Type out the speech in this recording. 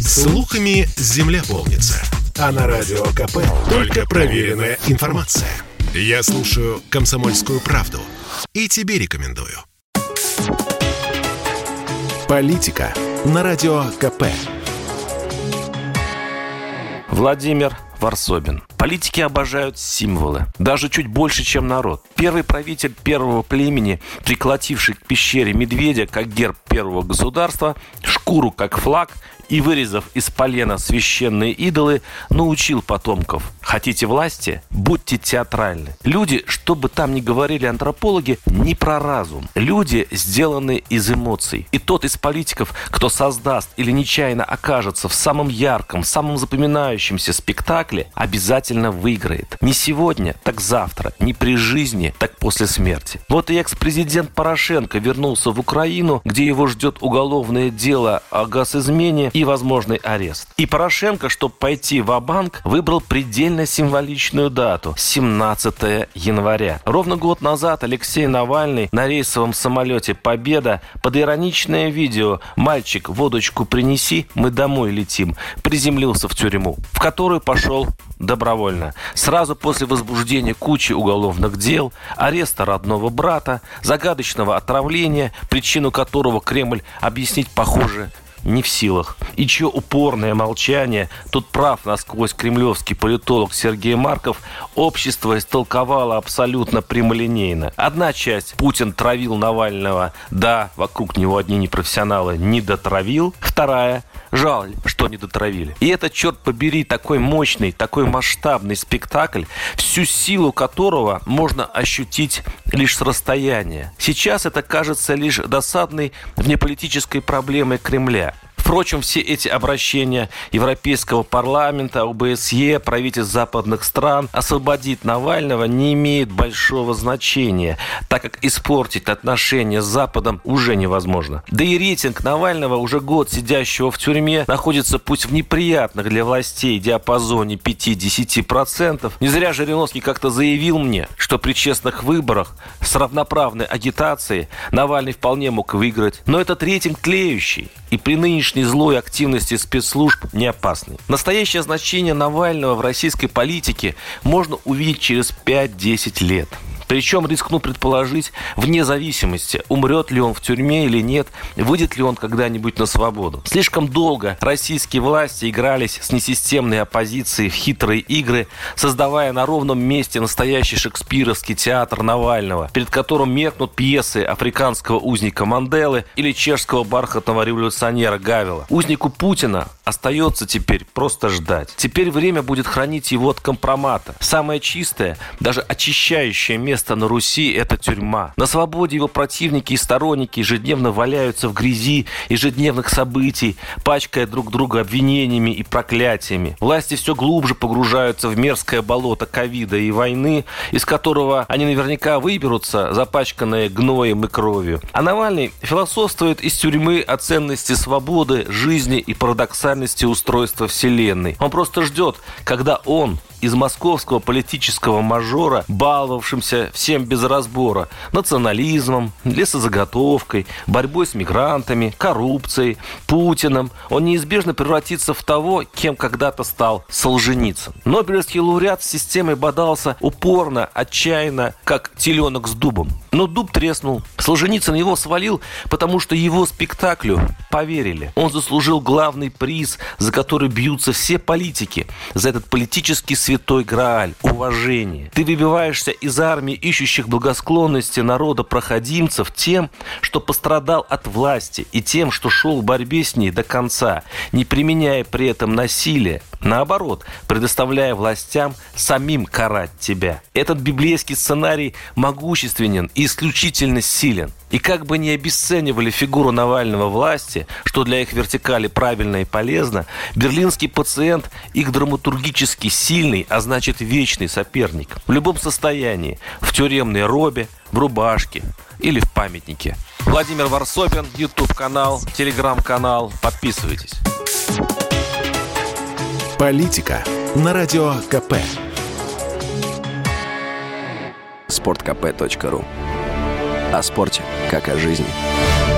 Слухами земля полнится. А на Радио КП только проверенная информация. Я слушаю «Комсомольскую правду» и тебе рекомендую. Политика на Радио КП. Владимир Варсобин. Политики обожают символы. Даже чуть больше, чем народ. Первый правитель первого племени, приколотивший к пещере медведя как герб первого государства, шкуру как флаг и вырезав из полена священные идолы, научил потомков: хотите власти? Будьте театральны. Люди, что бы там ни говорили антропологи, не про разум. Люди сделаны из эмоций. И тот из политиков, кто создаст или нечаянно окажется в самом ярком, самом запоминающемся спектакле, обязательно выиграет. Не сегодня, так завтра. Не при жизни, так после смерти. Вот и экс-президент Порошенко вернулся в Украину, где его ждет уголовное дело о госизмене и возможный арест. И Порошенко, чтобы пойти ва-банк, выбрал предельно символичную дату – 17 января. Ровно год назад Алексей Навальный на рейсовом самолете «Победа» под ироничное видео «Мальчик, водочку принеси, мы домой летим» приземлился в тюрьму, в которую пошел добровольно. Сразу после возбуждения кучи уголовных дел, ареста родного брата, загадочного отравления, причину которого Кремль объяснить, похоже, не в силах. И чье упорное молчание, тут прав насквозь кремлевский политолог Сергей Марков, общество истолковало абсолютно прямолинейно. Одна часть: Путин травил Навального, да, вокруг него одни непрофессионалы, не дотравил. Вторая: жаль, что не дотравили. И это, черт побери, такой мощный, такой масштабный спектакль, всю силу которого можно ощутить лишь с расстояния. Сейчас это кажется лишь досадной внеполитической проблемой Кремля. Впрочем, все эти обращения Европейского парламента, ОБСЕ, правительств западных стран освободить Навального не имеет большого значения, так как испортить отношения с Западом уже невозможно. Да и рейтинг Навального, уже год сидящего в тюрьме, находится пусть в неприятных для властей диапазоне 5-10%. Не зря Жириновский как-то заявил мне, что при честных выборах с равноправной агитацией Навальный вполне мог выиграть. Но этот рейтинг тлеющий и при нынешней злой активности спецслужб не опасный. Настоящее значение Навального в российской политике можно увидеть через 5-10 лет. Причем рискну предположить, вне зависимости, умрет ли он в тюрьме или нет, выйдет ли он когда-нибудь на свободу. Слишком долго российские власти игрались с несистемной оппозицией в хитрые игры, создавая на ровном месте настоящий шекспировский театр Навального, перед которым меркнут пьесы африканского узника Манделы или чешского бархатного революционера Гавела. Узнику Путина остается теперь просто ждать. Теперь время будет хранить его от компромата. Самое чистое, даже очищающее место на Руси – это тюрьма. На свободе его противники и сторонники ежедневно валяются в грязи ежедневных событий, пачкая друг друга обвинениями и проклятиями. Власти все глубже погружаются в мерзкое болото ковида и войны, из которого они наверняка выберутся, запачканные гноем и кровью. А Навальный философствует из тюрьмы о ценности свободы, жизни и парадоксальности устройства Вселенной. Он просто ждет, когда он из московского политического мажора, баловавшимся всем без разбора, национализмом, лесозаготовкой, борьбой с мигрантами, коррупцией, Путиным, он неизбежно превратится в того, кем когда-то стал Солженицын. Нобелевский лауреат с системой бодался упорно, отчаянно, как теленок с дубом. Но дуб треснул. Солженицын его свалил, потому что его спектаклю поверили. Он заслужил главный приз, за который бьются все политики, за этот политический святой Грааль – уважение. Ты выбиваешься из армии ищущих благосклонности народа проходимцев тем, что пострадал от власти, и тем, что шел в борьбе с ней до конца, не применяя при этом насилие. Наоборот, предоставляя властям самим карать тебя. Этот библейский сценарий могущественен и исключительно силен. И как бы ни обесценивали фигуру Навального власти, что для их вертикали правильно и полезно, берлинский пациент их драматургически сильный, а значит вечный соперник. В любом состоянии, в тюремной робе, в рубашке или в памятнике. Владимир Варсобин, YouTube-канал, Telegram-канал. Подписывайтесь. Политика на Радио КП. Sportkp.ru. О спорте, как о жизни.